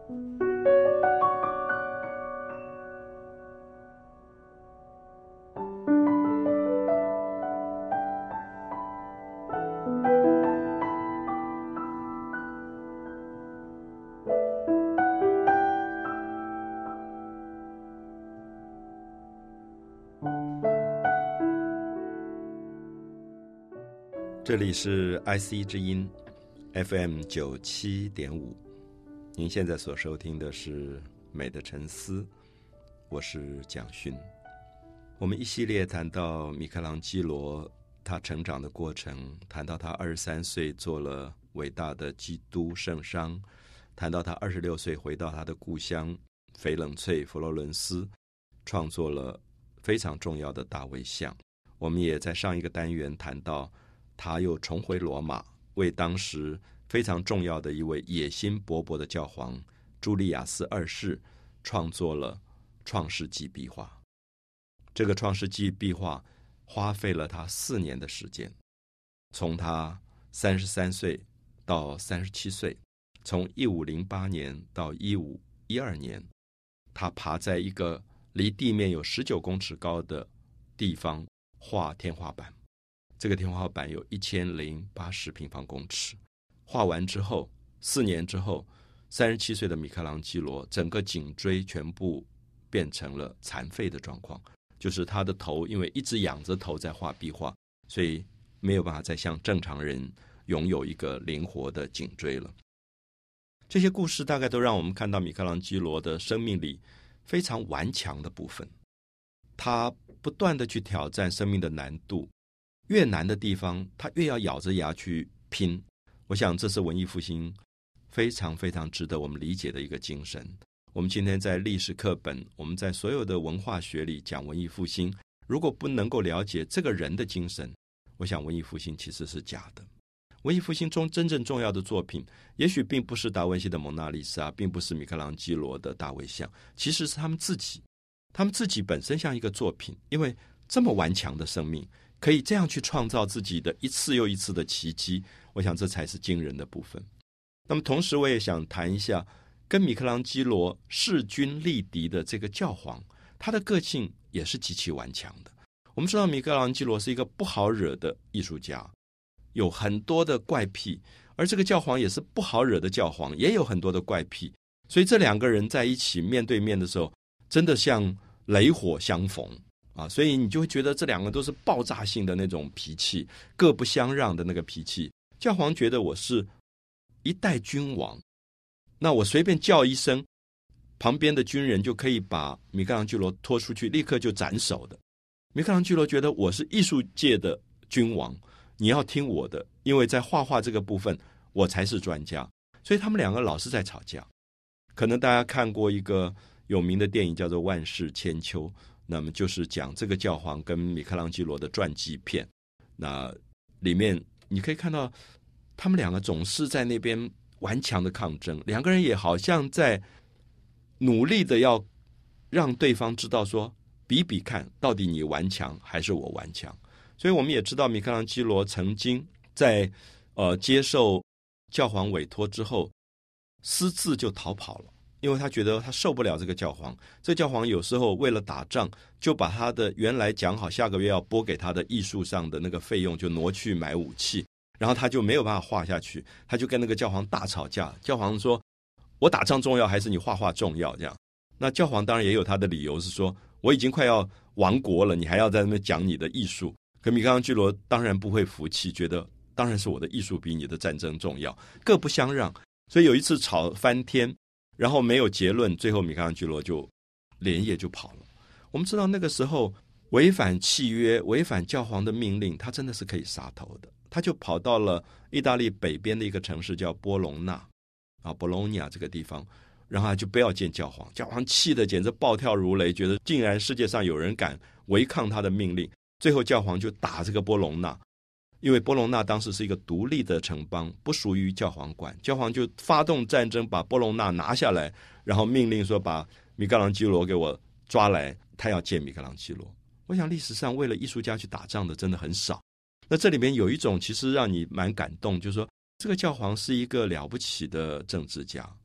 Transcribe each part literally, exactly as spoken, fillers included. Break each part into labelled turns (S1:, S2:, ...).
S1: 这里是 I C 之音 F M 九七点五，您现在所收听的是美的沉思，我是蒋勋。我们一系列谈到米开朗基罗他成长的过程，谈到他二十三岁做了伟大的基督圣殇，谈到他二十六岁回到他的故乡翡冷翠佛罗伦斯，创作了非常重要的大卫像。我们也在上一个单元谈到他又重回罗马，为当时非常重要的一位野心勃勃的教皇朱利亚斯二世创作了创世纪壁画。这个创世纪壁画花费了他四年的时间，从他三十三岁到三十七岁，从一五零八年到一五一二年，他爬在一个离地面有十九公尺高的地方画天花板。这个天花板有一千零八十平方公尺。画完之后，四年之后，三十七岁的米开朗基罗整个颈椎全部变成了残废的状况，就是他的头因为一直仰着头在画壁画，所以没有办法再像正常人拥有一个灵活的颈椎了。这些故事大概都让我们看到米开朗基罗的生命里非常顽强的部分，他不断的去挑战生命的难度，越难的地方他越要咬着牙去拼。我想这是文艺复兴非常非常值得我们理解的一个精神。我们今天在历史课本，我们在所有的文化学里讲文艺复兴，如果不能够了解这个人的精神，我想文艺复兴其实是假的。文艺复兴中真正重要的作品，也许并不是达文西的蒙娜丽莎，并不是米开朗基罗的大卫像，其实是他们自己。他们自己本身像一个作品，因为这么顽强的生命可以这样去创造自己的一次又一次的奇迹，我想这才是惊人的部分。那么同时我也想谈一下跟米开朗基罗势均力敌的这个教皇，他的个性也是极其顽强的。我们知道米开朗基罗是一个不好惹的艺术家，有很多的怪癖，而这个教皇也是不好惹的教皇，也有很多的怪癖，所以这两个人在一起面对面的时候，真的像雷火相逢啊！所以你就会觉得这两个都是爆炸性的那种脾气，各不相让的那个脾气。教皇觉得我是一代君王，那我随便叫一声，旁边的军人就可以把米开朗基罗拖出去，立刻就斩首的。米开朗基罗觉得我是艺术界的君王，你要听我的，因为在画画这个部分我才是专家。所以他们两个老是在吵架。可能大家看过一个有名的电影叫做《万世千秋》，那么就是讲这个教皇跟米开朗基罗的传记片。那里面你可以看到他们两个总是在那边顽强的抗争，两个人也好像在努力的要让对方知道说，比比看到底你顽强还是我顽强。所以我们也知道米开朗基罗曾经在呃接受教皇委托之后私自就逃跑了，因为他觉得他受不了这个教皇。这个教皇有时候为了打仗，就把他的原来讲好下个月要拨给他的艺术上的那个费用就挪去买武器，然后他就没有办法画下去，他就跟那个教皇大吵架。教皇说，我打仗重要还是你画画重要？这样，那教皇当然也有他的理由，是说我已经快要亡国了，你还要在那边讲你的艺术。可米开朗基罗当然不会服气，觉得当然是我的艺术比你的战争重要，各不相让。所以有一次吵翻天，然后没有结论，最后米开朗基罗就连夜就跑了。我们知道那个时候违反契约，违反教皇的命令，他真的是可以杀头的。他就跑到了意大利北边的一个城市叫波隆纳啊，博隆尼亚这个地方，然后他就不要见教皇。教皇气得简直暴跳如雷，觉得竟然世界上有人敢违抗他的命令。最后教皇就打这个波隆纳，因为波隆纳当时是一个独立的城邦，不属于教皇管。教皇就发动战争，把波隆纳拿下来，然后命令说把米开朗基罗给我抓来，他要见米开朗基罗。我想历史上为了艺术家去打仗的真的很少。那这里面有一种其实让你蛮感动，就是说这个教皇是一个了不起的政治家，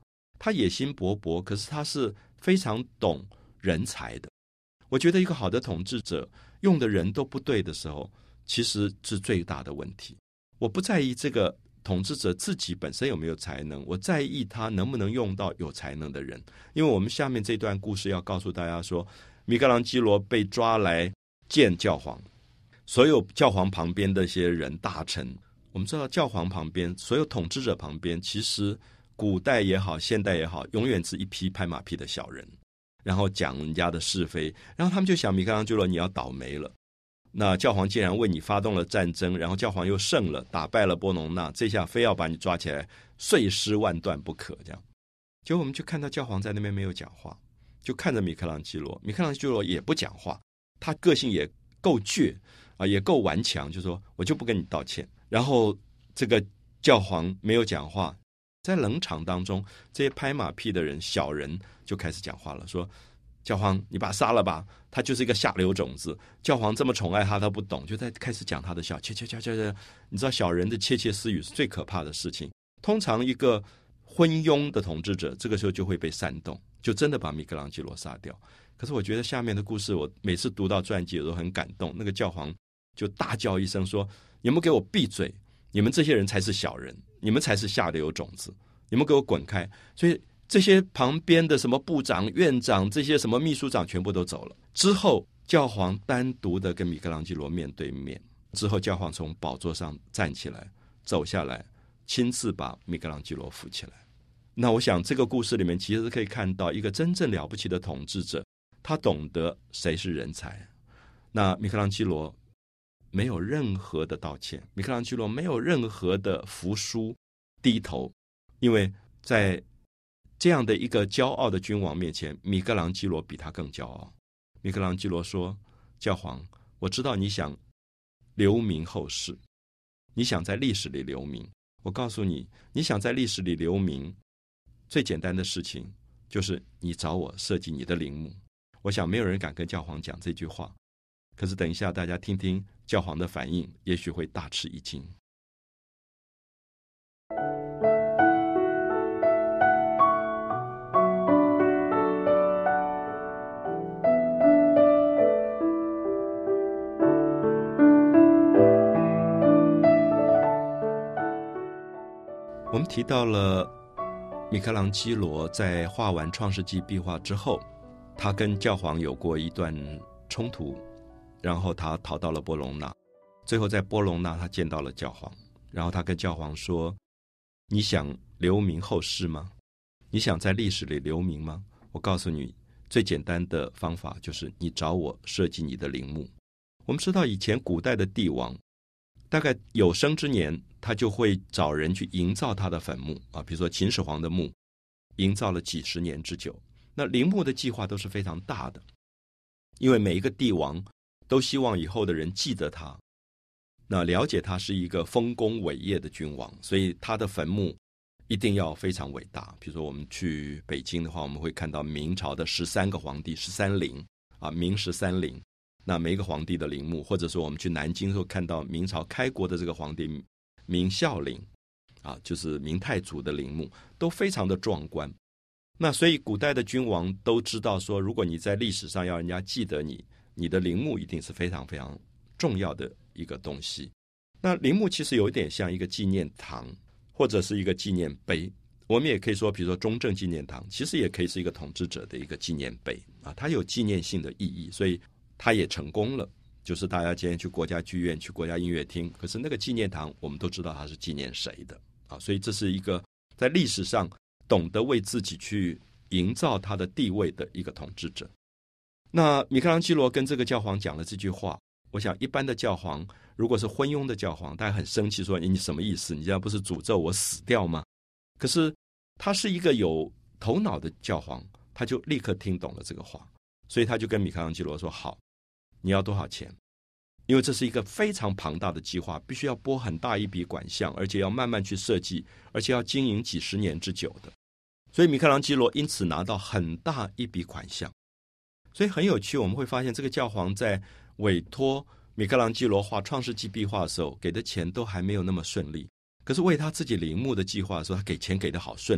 S1: 他野心勃勃，可是他是非常懂人才的。我觉得一个好的统治者用的人都不对的时候，其实是最大的问题。我不在意这个统治者自己本身有没有才能，我在意他能不能用到有才能的人。因为我们下面这段故事要告诉大家说，米开朗基罗被抓来见教皇，所有教皇旁边的一些人大臣，我们知道教皇旁边所有统治者旁边，其实古代也好现代也好，永远是一批拍马屁的小人，然后讲人家的是非，然后他们就想米开朗基罗你要倒霉了，那教皇既然为你发动了战争，然后教皇又胜了，打败了波隆纳，这下非要把你抓起来碎尸万段不可。这样结果我们就看到教皇在那边没有讲话，就看着米开朗基罗，米开朗基罗也不讲话，他个性也够倔啊，也够顽强，就说我就不跟你道歉。然后这个教皇没有讲话，在冷场当中，这些拍马屁的人小人就开始讲话了，说教皇你把他杀了吧，他就是一个下流种子，教皇这么宠爱他他不懂，就在开始讲他的笑，切切切切切。你知道小人的窃窃私语是最可怕的事情，通常一个昏庸的统治者这个时候就会被煽动，就真的把米开朗基罗杀掉。可是我觉得下面的故事我每次读到传记我都很感动，那个教皇就大叫一声说，你们给我闭嘴，你们这些人才是小人，你们才是下流种子，你们给我滚开。所以这些旁边的什么部长院长这些什么秘书长全部都走了之后，教皇单独的跟米开朗基罗面对面，之后教皇从宝座上站起来走下来，亲自把米开朗基罗扶起来。那我想这个故事里面其实可以看到一个真正了不起的统治者，他懂得谁是人才。那米开朗基罗没有任何的道歉，米开朗基罗没有任何的服输低头，因为在这样的一个骄傲的君王面前，米开朗基罗比他更骄傲。米开朗基罗说，教皇，我知道你想留名后世，你想在历史里留名，我告诉你，你想在历史里留名最简单的事情就是你找我设计你的陵墓。我想没有人敢跟教皇讲这句话，可是等一下大家听听教皇的反应，也许会大吃一惊。我们提到了米开朗基罗在画完创世纪壁画之后，他跟教皇有过一段冲突，然后他逃到了波隆纳，最后在波隆纳他见到了教皇，然后他跟教皇说，你想留名后世吗？你想在历史里留名吗？我告诉你，最简单的方法就是你找我设计你的陵墓。我们知道以前古代的帝王大概有生之年他就会找人去营造他的坟墓啊，比如说秦始皇的墓营造了几十年之久。那陵墓的计划都是非常大的，因为每一个帝王都希望以后的人记得他，那了解他是一个丰功伟业的君王，所以他的坟墓一定要非常伟大。比如说我们去北京的话，我们会看到明朝的十三个皇帝，十三陵啊，明十三陵，那每一个皇帝的陵墓，或者说我们去南京的时候看到明朝开国的这个皇帝明孝陵啊，就是明太祖的陵墓，都非常的壮观。那所以古代的君王都知道说，如果你在历史上要人家记得你，你的陵墓一定是非常非常重要的一个东西。那陵墓其实有一点像一个纪念堂或者是一个纪念碑，我们也可以说比如说中正纪念堂其实也可以是一个统治者的一个纪念碑啊，它有纪念性的意义，所以它也成功了。就是大家今天去国家剧院去国家音乐厅，可是那个纪念堂我们都知道它是纪念谁的啊，所以这是一个在历史上懂得为自己去营造他的地位的一个统治者。那米开朗基罗跟这个教皇讲了这句话，我想一般的教皇如果是昏庸的教皇，大家很生气说你什么意思，你这样不是诅咒我死掉吗？可是他是一个有头脑的教皇，他就立刻听懂了这个话，所以他就跟米开朗基罗说，好，你要多少钱？因为这是一个非常庞大的计划，必须要拨很大一笔款项，而且要慢慢去设计，而且要经营几十年之久的。所以米开朗基罗因此拿到很大一笔款项。所以很有趣，我们会发现这个教皇在委托米开朗基罗画创世纪壁画的时候，给的钱都还没有那么顺利，可是为他自己陵墓的计划的时候，他给钱给的好顺利，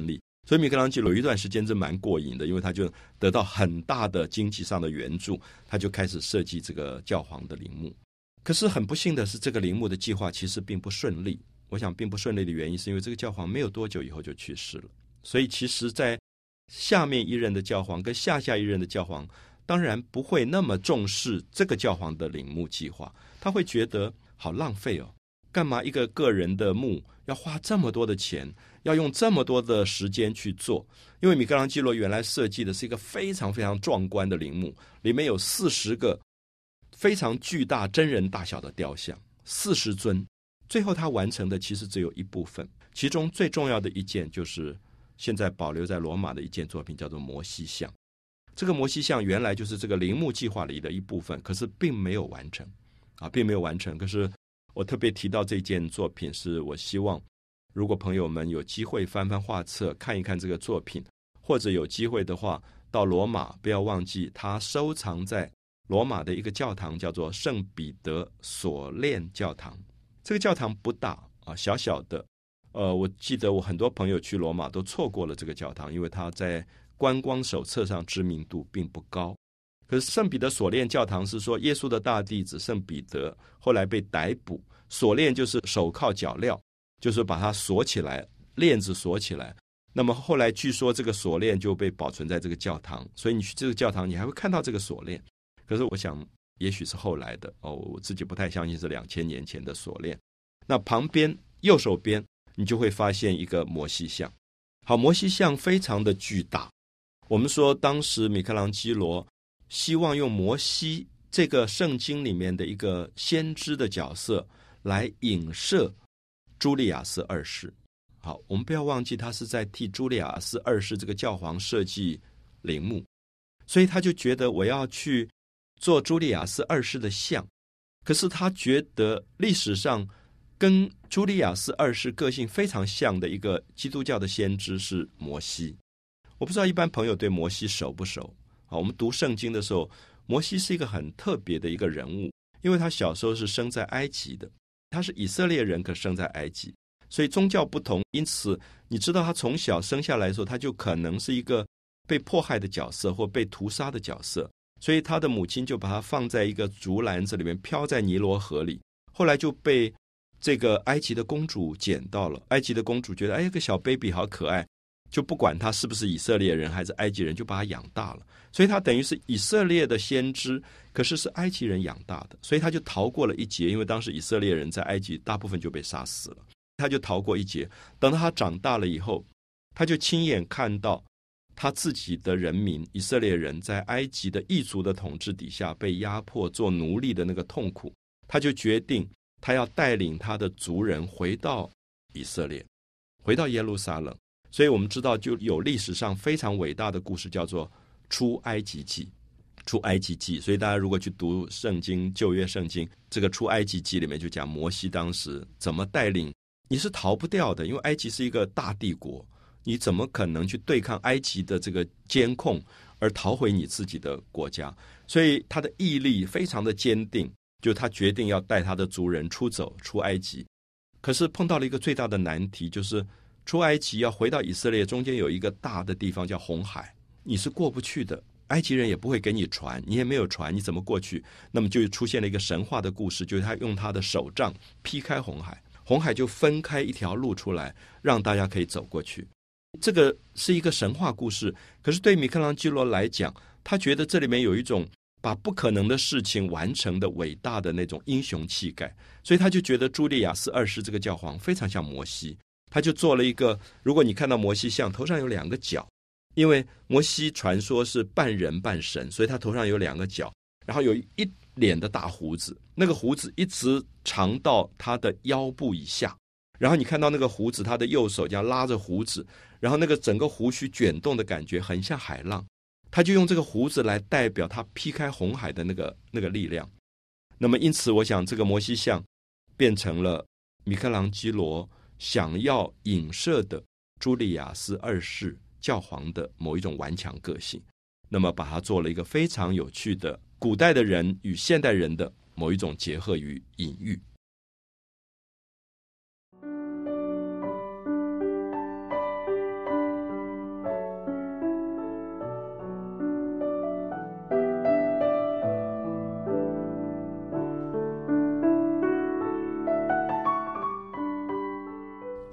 S1: 所以米开朗基罗有一段时间是蛮过瘾的，因为他就得到很大的经济上的援助，他就开始设计这个教皇的陵墓。可是很不幸的是，这个陵墓的计划其实并不顺利。我想并不顺利的原因是因为这个教皇没有多久以后就去世了，所以其实在下面一任的教皇跟下下一任的教皇当然不会那么重视这个教皇的陵墓计划，他会觉得好浪费哦，干嘛一个个人的墓要花这么多的钱，要用这么多的时间去做。因为米开朗基罗原来设计的是一个非常非常壮观的陵墓，里面有四十个非常巨大真人大小的雕像，四十尊，最后他完成的其实只有一部分，其中最重要的一件就是现在保留在罗马的一件作品，叫做摩西像。这个摩西像原来就是这个陵墓计划里的一部分，可是并没有完成啊，并没有完成。可是我特别提到这件作品，是我希望如果朋友们有机会翻翻画册看一看这个作品，或者有机会的话到罗马，不要忘记它收藏在罗马的一个教堂，叫做圣彼得锁链教堂。这个教堂不大啊，小小的。呃，我记得我很多朋友去罗马都错过了这个教堂，因为它在观光手册上知名度并不高。可是圣彼得锁链教堂是说耶稣的大弟子圣彼得后来被逮捕，锁链就是手铐脚镣，就是把它锁起来，链子锁起来。那么后来据说这个锁链就被保存在这个教堂，所以你去这个教堂你还会看到这个锁链。可是我想也许是后来的哦，我自己不太相信是两千年前的锁链。那旁边右手边你就会发现一个摩西像。好，摩西像非常的巨大。我们说当时米开朗基罗希望用摩西这个圣经里面的一个先知的角色来影射朱利亚斯二世。好，我们不要忘记他是在替朱利亚斯二世这个教皇设计陵墓，所以他就觉得我要去做朱利亚斯二世的像。可是他觉得历史上跟朱利亚斯二世个性非常像的一个基督教的先知是摩西。我不知道一般朋友对摩西熟不熟。好，我们读圣经的时候，摩西是一个很特别的一个人物，因为他小时候是生在埃及的，他是以色列人，可生在埃及，所以宗教不同，因此你知道他从小生下来的时候，他就可能是一个被迫害的角色或被屠杀的角色，所以他的母亲就把他放在一个竹篮子里面，飘在尼罗河里，后来就被这个埃及的公主捡到了。埃及的公主觉得哎，这个小 baby 好可爱，就不管他是不是以色列人还是埃及人，就把他养大了。所以他等于是以色列的先知，可是是埃及人养大的，所以他就逃过了一劫。因为当时以色列人在埃及大部分就被杀死了，他就逃过一劫。等到他长大了以后，他就亲眼看到他自己的人民以色列人在埃及的异族的统治底下被压迫做奴隶的那个痛苦，他就决定他要带领他的族人回到以色列，回到耶路撒冷。所以我们知道就有历史上非常伟大的故事，叫做出埃及记。出埃及记，所以大家如果去读圣经，旧约圣经，这个出埃及记里面就讲摩西当时怎么带领。你是逃不掉的，因为埃及是一个大帝国，你怎么可能去对抗埃及的这个监控而逃回你自己的国家？所以他的毅力非常的坚定，就他决定要带他的族人出走出埃及。可是碰到了一个最大的难题，就是出埃及要回到以色列，中间有一个大的地方叫红海，你是过不去的，埃及人也不会给你船，你也没有船，你怎么过去？那么就出现了一个神话的故事，就是他用他的手杖劈开红海，红海就分开一条路出来，让大家可以走过去。这个是一个神话故事，可是对米开朗基罗来讲，他觉得这里面有一种把不可能的事情完成的伟大的那种英雄气概，所以他就觉得朱利亚斯二世这个教皇非常像摩西。他就做了一个，如果你看到摩西像，头上有两个角，因为摩西传说是半人半神，所以他头上有两个角，然后有一脸的大胡子，那个胡子一直长到他的腰部以下，然后你看到那个胡子，他的右手这样拉着胡子，然后那个整个胡须卷动的感觉很像海浪，他就用这个胡子来代表他劈开红海的那个那个力量。那么因此我想这个摩西像变成了米开朗基罗想要影射的朱利亚斯二世教皇的某一种顽强个性，那么把它做了一个非常有趣的古代的人与现代人的某一种结合与隐喻。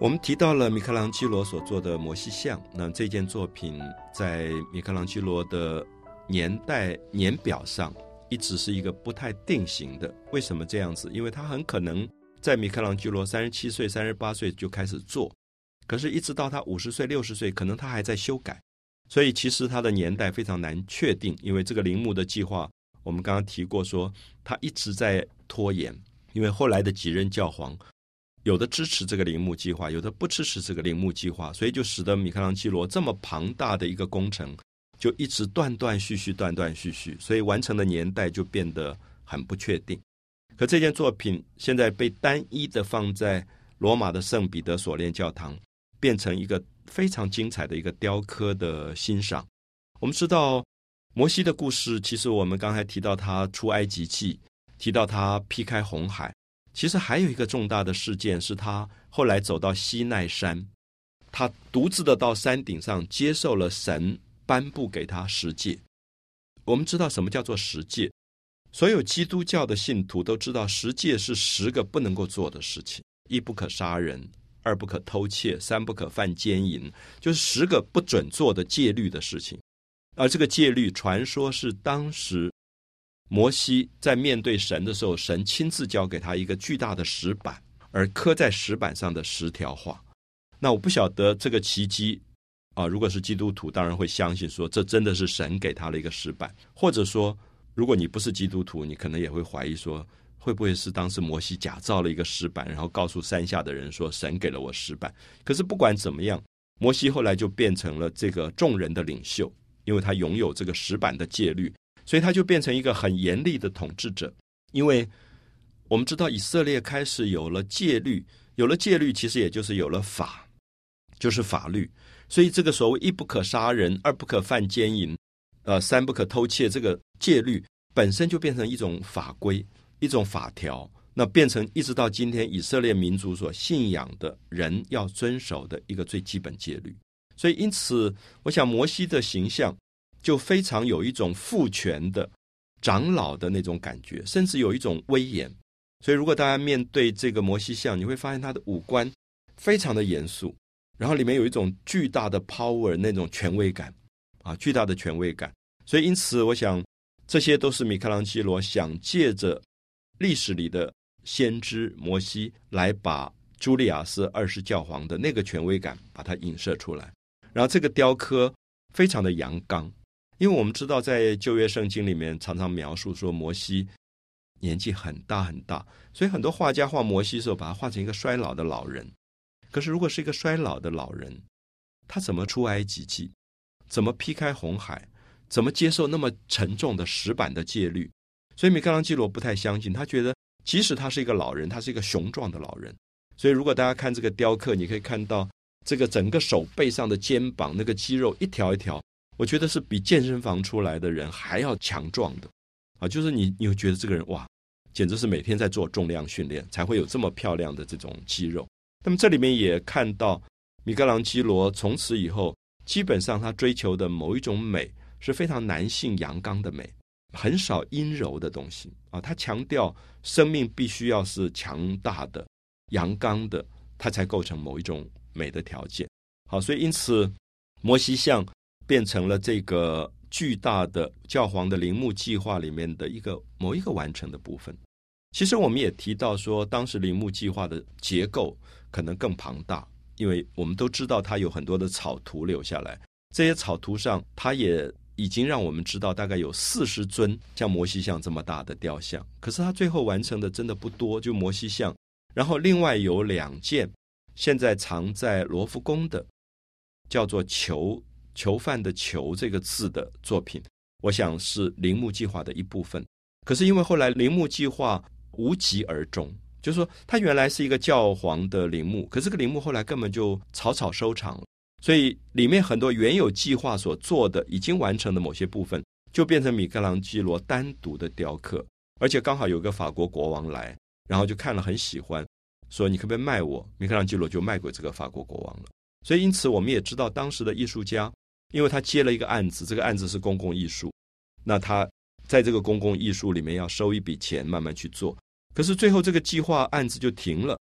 S1: 我们提到了米开朗基罗所做的摩西像，那这件作品在米开朗基罗的年代年表上一直是一个不太定型的。为什么这样子？因为他很可能在米开朗基罗三十七岁、三十八岁就开始做，可是一直到他五十岁、六十岁，可能他还在修改，所以其实他的年代非常难确定。因为这个陵墓的计划，我们刚刚提过说，他一直在拖延，因为后来的几任教皇有的支持这个陵墓计划，有的不支持这个陵墓计划，所以就使得米开朗基罗这么庞大的一个工程就一直断断续续断断续续，所以完成的年代就变得很不确定。可这件作品现在被单一的放在罗马的圣彼得锁链教堂，变成一个非常精彩的一个雕刻的欣赏。我们知道摩西的故事，其实我们刚才提到他出埃及记，提到他劈开红海，其实还有一个重大的事件，是他后来走到西奈山，他独自的到山顶上接受了神颁布给他十诫。我们知道什么叫做十诫，所有基督教的信徒都知道十诫是十个不能够做的事情：一不可杀人，二不可偷窃，三不可犯奸淫，就是十个不准做的戒律的事情。而这个戒律传说是当时摩西在面对神的时候，神亲自交给他一个巨大的石板，而刻在石板上的十条话。那我不晓得这个奇迹啊，如果是基督徒当然会相信说这真的是神给他了一个石板，或者说如果你不是基督徒，你可能也会怀疑说会不会是当时摩西假造了一个石板，然后告诉山下的人说神给了我石板。可是不管怎么样，摩西后来就变成了这个众人的领袖，因为他拥有这个石板的戒律，所以他就变成一个很严厉的统治者。因为我们知道以色列开始有了戒律，有了戒律其实也就是有了法，就是法律。所以这个所谓一不可杀人，二不可犯奸淫，呃，三不可偷窃，这个戒律本身就变成一种法规，一种法条，那变成一直到今天以色列民族所信仰的人要遵守的一个最基本戒律。所以因此我想摩西的形象就非常有一种父权的长老的那种感觉，甚至有一种威严。所以如果大家面对这个摩西像，你会发现他的五官非常的严肃，然后里面有一种巨大的 power， 那种权威感啊，巨大的权威感。所以因此我想这些都是米开朗基罗想借着历史里的先知摩西来把朱利亚斯二世教皇的那个权威感把它影射出来。然后这个雕刻非常的阳刚，因为我们知道在旧约圣经里面常常描述说摩西年纪很大很大，所以很多画家画摩西的时候把他画成一个衰老的老人。可是如果是一个衰老的老人，他怎么出埃及记，怎么劈开红海，怎么接受那么沉重的石板的戒律？所以米开朗基罗不太相信，他觉得即使他是一个老人，他是一个雄壮的老人。所以如果大家看这个雕刻，你可以看到这个整个手背上的肩膀那个肌肉一条一条，我觉得是比健身房出来的人还要强壮的啊！就是你你会觉得这个人哇，简直是每天在做重量训练才会有这么漂亮的这种肌肉。那么这里面也看到米开朗基罗从此以后基本上他追求的某一种美是非常男性阳刚的美，很少阴柔的东西啊。他强调生命必须要是强大的阳刚的，它才构成某一种美的条件。好，所以因此摩西像变成了这个巨大的教皇的陵墓计划里面的一个某一个完成的部分。其实我们也提到说当时陵墓计划的结构可能更庞大，因为我们都知道它有很多的草图留下来，这些草图上它也已经让我们知道大概有四十尊像摩西像这么大的雕像，可是它最后完成的真的不多，就摩西像。然后另外有两件现在藏在罗浮宫的叫做囚囚犯的囚这个字的作品，我想是陵墓计划的一部分。可是因为后来陵墓计划无疾而终，就是说它原来是一个教皇的陵墓，可是这个陵墓后来根本就草草收场了，所以里面很多原有计划所做的已经完成的某些部分就变成米开朗基罗单独的雕刻。而且刚好有个法国国王来，然后就看了很喜欢，说你可不可以卖我，米开朗基罗就卖给这个法国国王了。所以因此我们也知道当时的艺术家，因为他接了一个案子，这个案子是公共艺术，那他在这个公共艺术里面要收一笔钱慢慢去做，可是最后这个计划案子就停了，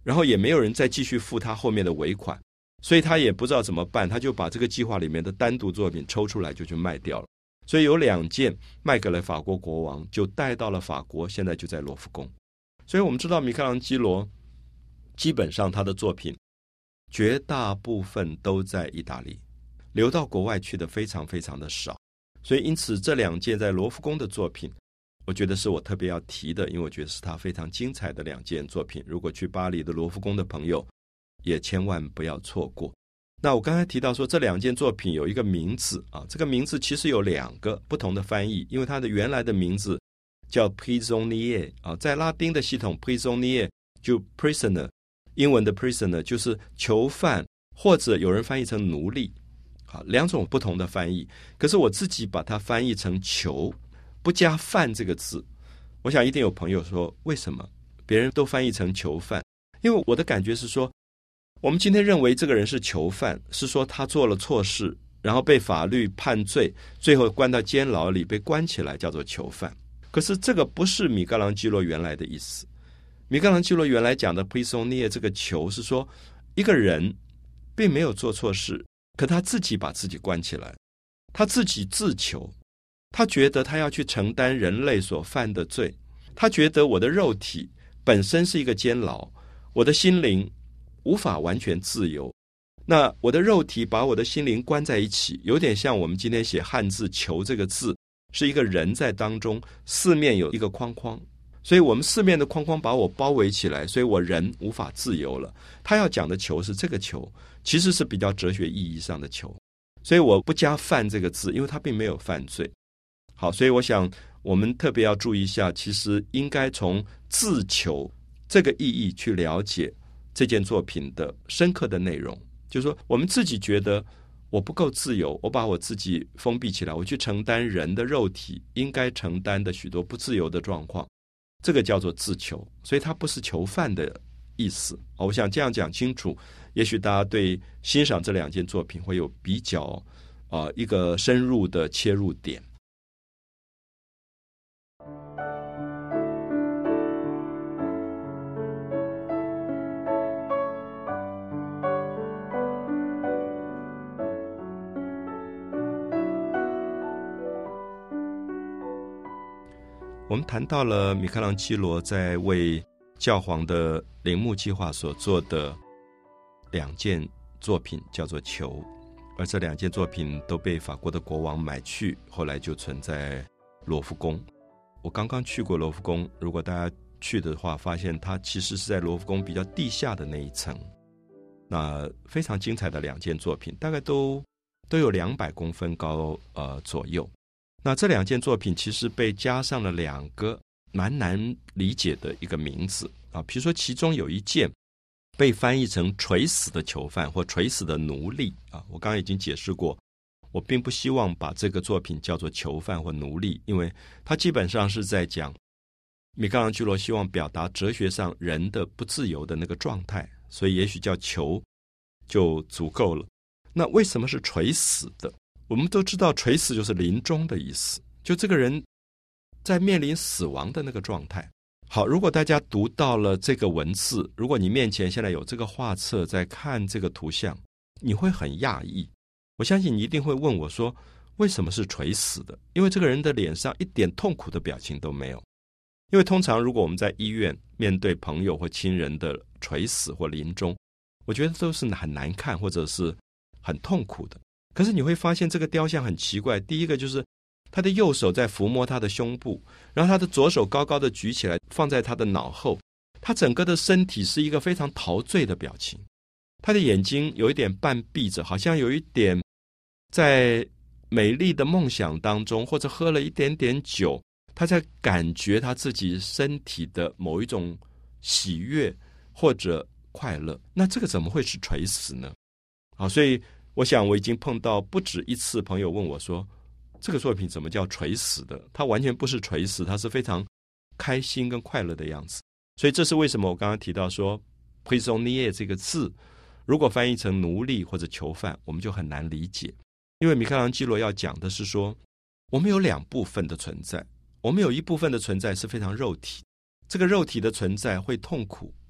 S1: 然后也没有人再继续付他后面的尾款，所以他也不知道怎么办，他就把这个计划里面的单独作品抽出来就去卖掉了。所以有两件卖给了法国国王，就带到了法国，现在就在罗浮宫。所以我们知道米开朗基罗基本上他的作品绝大部分都在意大利，流到国外去的非常非常的少。所以因此这两件在罗浮宫的作品，我觉得是我特别要提的，因为我觉得是他非常精彩的两件作品，如果去巴黎的罗浮宫的朋友也千万不要错过。那我刚才提到说这两件作品有一个名字啊，这个名字其实有两个不同的翻译，因为它的原来的名字叫 prisonnier 啊，在拉丁的系统 prisonnier 就 prisoner， 英文的 prisoner 就是囚犯，或者有人翻译成奴隶，好，两种不同的翻译。可是我自己把它翻译成囚，不加犯这个字。我想一定有朋友说为什么别人都翻译成囚犯？因为我的感觉是说，我们今天认为这个人是囚犯，是说他做了错事，然后被法律判罪，最后关到监牢里被关起来，叫做囚犯。可是这个不是米开朗基罗原来的意思。米开朗基罗原来讲的 prisonnier 这个囚是说一个人并没有做错事，可他自己把自己关起来，他自己自囚，他觉得他要去承担人类所犯的罪，他觉得我的肉体本身是一个监牢，我的心灵无法完全自由，那我的肉体把我的心灵关在一起，有点像我们今天写汉字囚这个字，是一个人在当中，四面有一个框框，所以我们四面的框框把我包围起来，所以我人无法自由了。他要讲的囚是这个囚，其实是比较哲学意义上的囚，所以我不加犯这个字，因为他并没有犯罪。好，所以我想我们特别要注意一下，其实应该从自囚这个意义去了解这件作品的深刻的内容。就是说我们自己觉得我不够自由，我把我自己封闭起来，我去承担人的肉体应该承担的许多不自由的状况，这个叫做自囚，所以它不是囚犯的意思。我想这样讲清楚，也许大家对欣赏这两件作品会有比较、呃、一个深入的切入点。我们谈到了米开朗基罗在为教皇的陵墓计划所做的两件作品，叫做囚，而这两件作品都被法国的国王买去，后来就存在罗浮宫。我刚刚去过罗浮宫，如果大家去的话，发现它其实是在罗浮宫比较地下的那一层。那非常精彩的两件作品，大概都都有两百公分高呃左右。那这两件作品其实被加上了两个蛮难理解的一个名字啊，比如说其中有一件被翻译成垂死的囚犯或垂死的奴隶啊，我刚刚已经解释过，我并不希望把这个作品叫做囚犯或奴隶，因为它基本上是在讲米开朗基罗希望表达哲学上人的不自由的那个状态，所以也许叫囚就足够了。那为什么是垂死的？我们都知道垂死就是临终的意思，就这个人在面临死亡的那个状态。好，如果大家读到了这个文字，如果你面前现在有这个画册在看这个图像，你会很讶异。我相信你一定会问我说，为什么是垂死的？因为这个人的脸上一点痛苦的表情都没有。因为通常如果我们在医院面对朋友或亲人的垂死或临终，我觉得都是很难看或者是很痛苦的。可是你会发现这个雕像很奇怪，第一个就是他的右手在抚摸他的胸部，然后他的左手高高的举起来放在他的脑后，他整个的身体是一个非常陶醉的表情，他的眼睛有一点半闭着，好像有一点在美丽的梦想当中，或者喝了一点点酒，他在感觉他自己身体的某一种喜悦或者快乐。那这个怎么会是垂死呢？好，所以我想我已经碰到不止一次朋友问我说，这个作品怎么叫垂死的？它完全不是垂死，它是非常开心跟快乐的样子。所以这是为什么我刚刚提到说 prisonnier 这个字如果翻译成奴隶或者囚犯，我们就很难理解。因为米开朗基罗要讲的是说，我们有两部分的存在，我们有一部分的存在是非常肉体，这个肉体的存在会痛苦，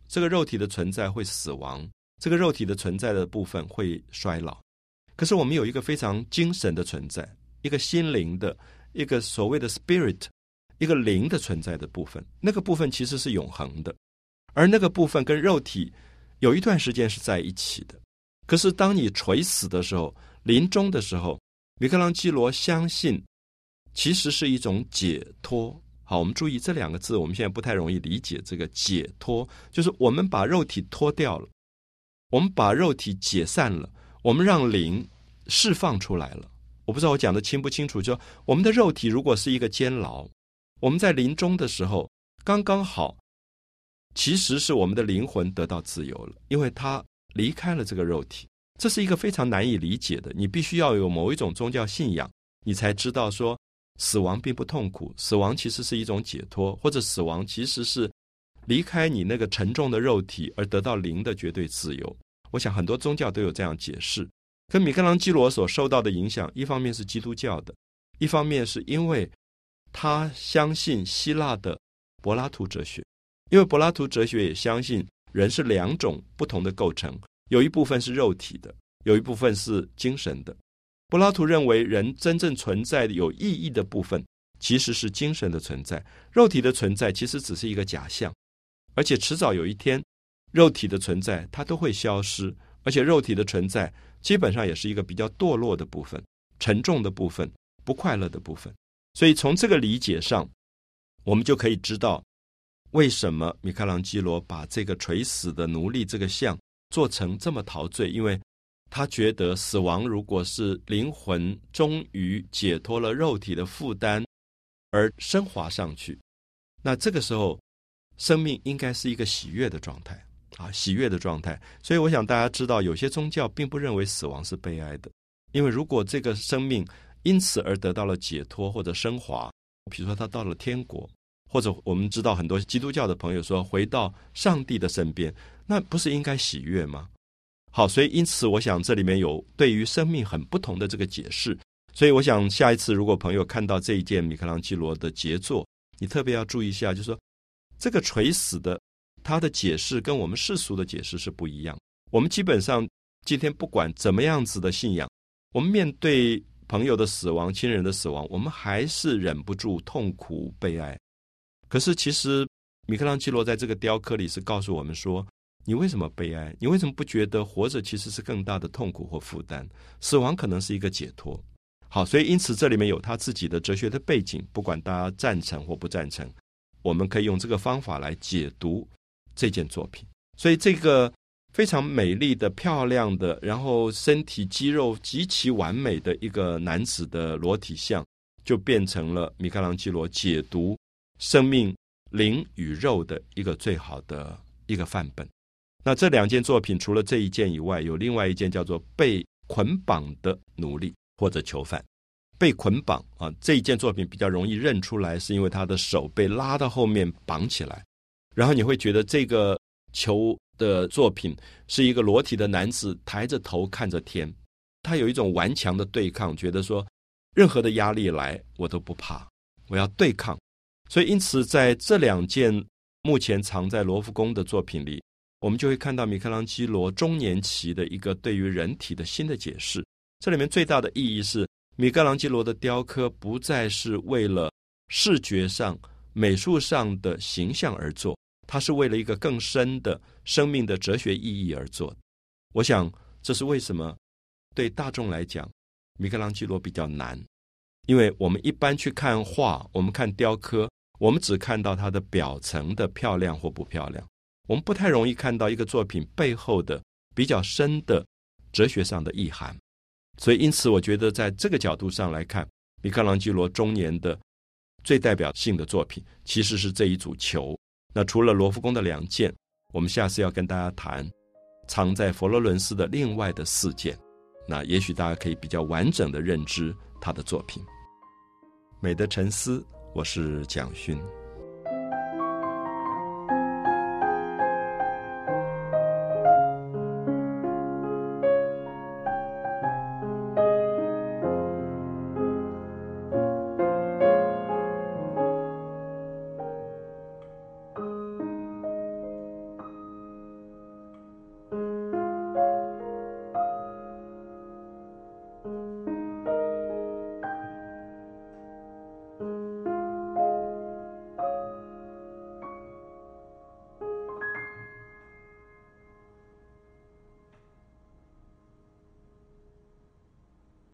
S1: 这个肉体的存在会死亡，这个肉体的存在的部分会衰老。可是我们有一个非常精神的存在，一个心灵的，一个所谓的 spirit， 一个灵的存在的部分，那个部分其实是永恒的，而那个部分跟肉体有一段时间是在一起的。可是当你垂死的时候，临终的时候，米开朗基罗相信其实是一种解脱。好，我们注意这两个字，我们现在不太容易理解。这个解脱就是我们把肉体脱掉了，我们把肉体解散了，我们让灵释放出来了。我不知道我讲得清不清楚，就我们的肉体如果是一个监牢，我们在临终的时候刚刚好，其实是我们的灵魂得到自由了，因为它离开了这个肉体。这是一个非常难以理解的，你必须要有某一种宗教信仰，你才知道说死亡并不痛苦，死亡其实是一种解脱，或者死亡其实是离开你那个沉重的肉体而得到灵的绝对自由。我想很多宗教都有这样解释。跟米开朗基罗所受到的影响，一方面是基督教的，一方面是因为他相信希腊的柏拉图哲学，因为柏拉图哲学也相信人是两种不同的构成，有一部分是肉体的，有一部分是精神的。柏拉图认为人真正存在的有意义的部分其实是精神的存在，肉体的存在其实只是一个假象，而且迟早有一天肉体的存在它都会消失，而且肉体的存在基本上也是一个比较堕落的部分，沉重的部分，不快乐的部分。所以从这个理解上，我们就可以知道为什么米开朗基罗把这个垂死的奴隶这个像做成这么陶醉，因为他觉得死亡如果是灵魂终于解脱了肉体的负担而升华上去，那这个时候生命应该是一个喜悦的状态啊，喜悦的状态。所以我想大家知道，有些宗教并不认为死亡是悲哀的，因为如果这个生命因此而得到了解脱或者升华，比如说他到了天国，或者我们知道很多基督教的朋友说回到上帝的身边，那不是应该喜悦吗？好，所以因此我想这里面有对于生命很不同的这个解释。所以我想下一次如果朋友看到这一件米开朗基罗的杰作，你特别要注意一下，就是说这个垂死的他的解释跟我们世俗的解释是不一样。我们基本上今天不管怎么样子的信仰，我们面对朋友的死亡，亲人的死亡，我们还是忍不住痛苦悲哀。可是其实米开朗基罗在这个雕刻里是告诉我们说，你为什么悲哀？你为什么不觉得活着其实是更大的痛苦或负担？死亡可能是一个解脱。好，所以因此这里面有他自己的哲学的背景，不管大家赞成或不赞成，我们可以用这个方法来解读这件作品。所以这个非常美丽的漂亮的，然后身体肌肉极其完美的一个男子的裸体像，就变成了米开朗基罗解读生命灵与肉的一个最好的一个范本。那这两件作品除了这一件以外，有另外一件叫做被捆绑的奴隶或者囚犯。被捆绑啊，这一件作品比较容易认出来，是因为他的手被拉到后面绑起来，然后你会觉得这个囚的作品是一个裸体的男子抬着头看着天，他有一种顽强的对抗，觉得说任何的压力来我都不怕，我要对抗。所以因此在这两件目前藏在罗浮宫的作品里，我们就会看到米开朗基罗中年期的一个对于人体的新的解释。这里面最大的意义是，米开朗基罗的雕刻不再是为了视觉上美术上的形象而做，它是为了一个更深的生命的哲学意义而做。我想这是为什么对大众来讲米开朗基罗比较难，因为我们一般去看画，我们看雕刻，我们只看到它的表层的漂亮或不漂亮，我们不太容易看到一个作品背后的比较深的哲学上的意涵。所以因此我觉得在这个角度上来看，米开朗基罗中年的最代表性的作品其实是这一组球。那除了罗浮宫的两件，我们下次要跟大家谈藏在佛罗伦斯的另外的四件，那也许大家可以比较完整的认知他的作品。美的沉思，我是蒋勋。